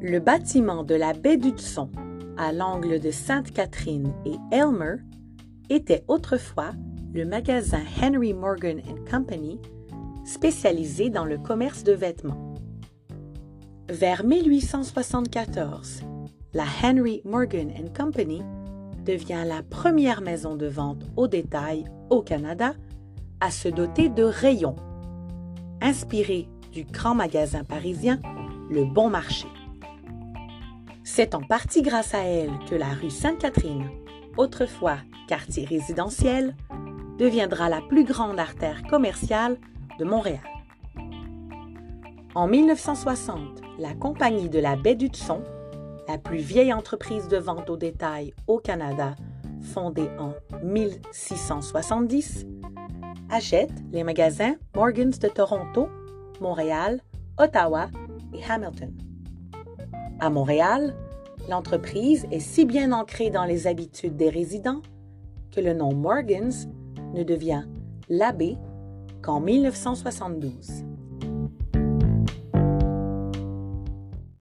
Le bâtiment de la baie d'Hudson, à l'angle de Sainte-Catherine et Aylmer, était autrefois le magasin Henry Morgan & Company, spécialisé dans le commerce de vêtements. Vers 1874, la Henry Morgan & Company devient la première maison de vente au détail au Canada à se doter de rayons, inspirés du grand magasin parisien Le Bon Marché. C'est en partie grâce à elle que la rue Sainte-Catherine, autrefois quartier résidentiel, deviendra la plus grande artère commerciale de Montréal. En 1960, la Compagnie de la baie d'Hudson, la plus vieille entreprise de vente au détail au Canada, fondée en 1670, achète les magasins Morgans de Toronto, Montréal, Ottawa et Hamilton. À Montréal, l'entreprise est si bien ancrée dans les habitudes des résidents que le nom Morgans ne devient La Baie qu'en 1972.